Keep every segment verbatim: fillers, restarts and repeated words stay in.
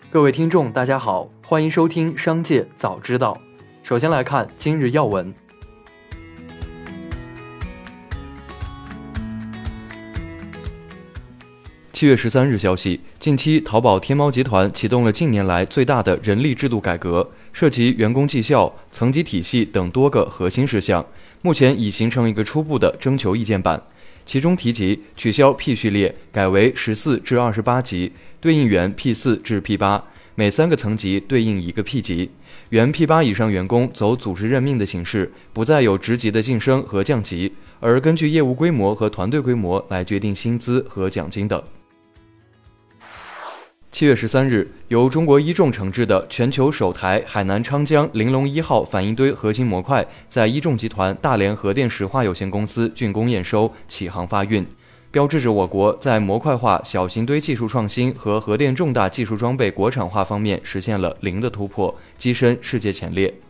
各位听众大家好，欢迎收听商界早知道。首先来看今日要闻。七月十三日消息，近期淘宝天猫集团启动了近年来最大的人力制度改革，涉及员工绩效、层级体系等多个核心事项，目前已形成一个初步的征求意见版。其中提及取消 P 序列，改为十四至二十八级，对应原 P 四至 P 八，每三个层级对应一个 P 级。原 P 八以上员工走组织任命的形式，不再有职级的晋升和降级，而根据业务规模和团队规模来决定薪资和奖金等。七月十三日，由中国一众承制的全球首台海南昌江玲珑一号反应堆核心模块，在一众集团大连核电石化有限公司竣工验收，起航发运，标志着我国在模块化、小型堆技术创新和核电重大技术装备国产化方面实现了零的突破，跻身世界前列。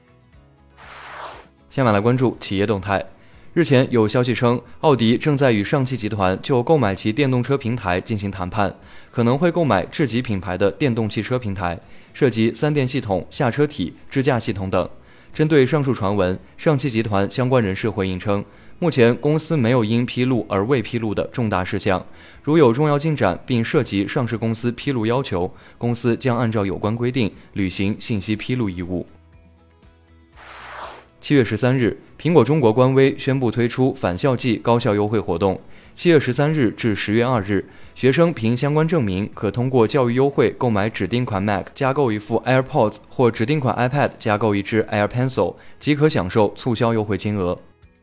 下面来关注企业动态。日前有消息称，奥迪正在与上汽集团就购买其电动车平台进行谈判，可能会购买智己品牌的电动汽车平台，涉及三电系统、下车体、支架系统等。针对上述传闻，上汽集团相关人士回应称，目前公司没有因披露而未披露的重大事项，如有重要进展并涉及上市公司披露要求，公司将按照有关规定履行信息披露义务。七月十三日，苹果中国官微宣布推出返校季高校优惠活动。七月十三日至十月二日，学生凭相关证明，可通过教育优惠购买指定款 Mac 加购一副 AirPods 或指定款 iPad 加购一支 Air Pencil， 即可享受促销优惠金额。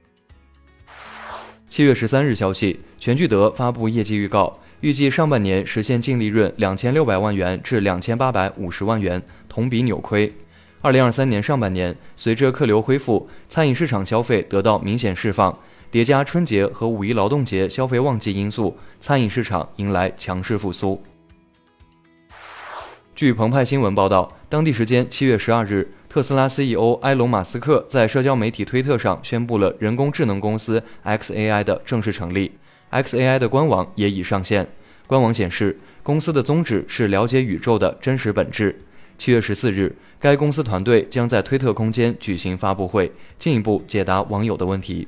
七月十三日消息，全聚德发布业绩预告，预计上半年实现净利润两千六百万元至两千八百五十万元，同比扭亏。二零二三年上半年，随着客流恢复，餐饮市场消费得到明显释放，叠加春节和五一劳动节消费旺季因素，餐饮市场迎来强势复苏。据澎湃新闻报道，当地时间七月十二日，特斯拉 C E O 埃隆·马斯克在社交媒体推特上宣布了人工智能公司 X A I 的正式成立， X A I 的官网也已上线。官网显示，公司的宗旨是了解宇宙的真实本质。七月十四日，该公司团队将在推特空间举行发布会，进一步解答网友的问题。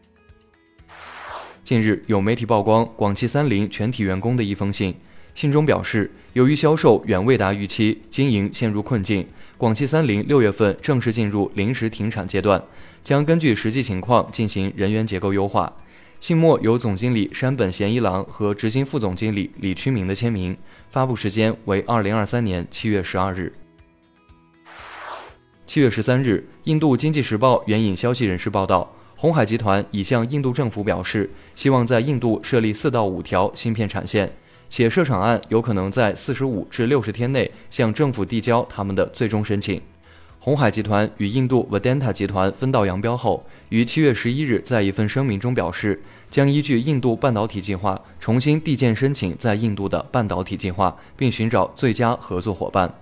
近日，有媒体曝光广汽三菱全体员工的一封信，信中表示，由于销售远未达预期，经营陷入困境，广汽三菱六月份正式进入临时停产阶段，将根据实际情况进行人员结构优化。信末由总经理山本贤一郎和执行副总经理李驱明的签名，发布时间为二零二三年七月十二日。七月十三日，印度经济时报援引消息人士报道，鸿海集团已向印度政府表示，希望在印度设立四到五条芯片产线，且设厂案有可能在四十五至六十天内向政府递交他们的最终申请。鸿海集团与印度 Vedanta 集团分道扬镳后，于七月十一日在一份声明中表示，将依据印度半导体计划重新递件申请在印度的半导体计划，并寻找最佳合作伙伴。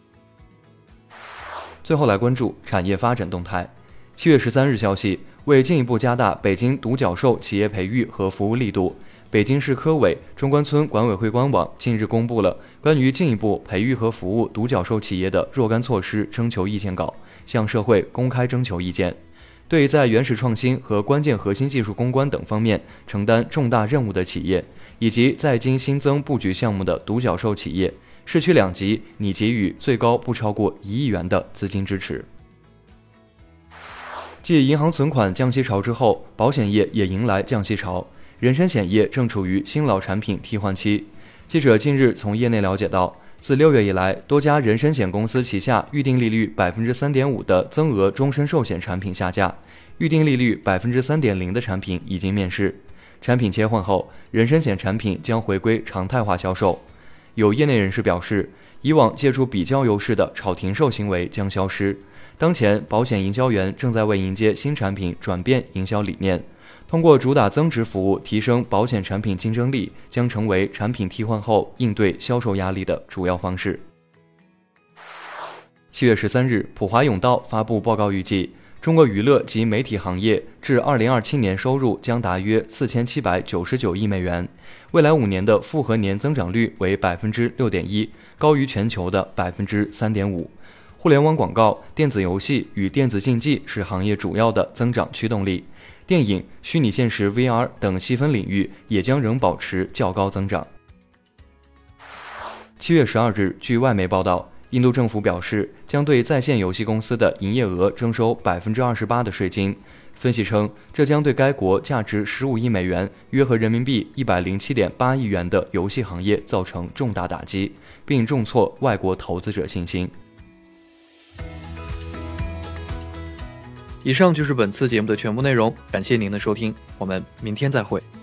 最后来关注产业发展动态。七月十三日消息，为进一步加大北京独角兽企业培育和服务力度，北京市科委中关村管委会官网近日公布了关于进一步培育和服务独角兽企业的若干措施征求意见稿，向社会公开征求意见。对在原始创新和关键核心技术攻关等方面承担重大任务的企业，以及在京新增布局项目的独角兽企业，市区两级拟给予最高不超过一亿元的资金支持。继银行存款降息潮之后，保险业也迎来降息潮，人身险业正处于新老产品替换期。记者近日从业内了解到，自六月以来，多家人身险公司旗下预定利率 百分之三点五 的增额终身寿险产品下架，预定利率 百分之三点零 的产品已经面世。产品切换后，人身险产品将回归常态化销售。有业内人士表示，以往借助比较优势的炒停售行为将消失。当前，保险营销员正在为迎接新产品转变营销理念，通过主打增值服务提升保险产品竞争力，将成为产品替换后应对销售压力的主要方式。七月十三日，普华永道发布报告预计， 中国娱乐及媒体行业至二零二七年收入将达约四千七百九十九亿美元，未来五年的复合年增长率为百分之六点一，高于全球的百分之三点五。互联网广告、电子游戏与电子竞技是行业主要的增长驱动力，电影、虚拟现实 V R 等细分领域也将仍保持较高增长。七月十二日，据外媒报道，印度政府表示将对在线游戏公司的营业额征收百分之二十八的税金。分析称，这将对该国价值十五亿美元（约合人民币一百零七点八亿元）的游戏行业造成重大打击，并重挫外国投资者信心。 以上就是本次节目的全部内容，感谢您的收听，我们明天再会。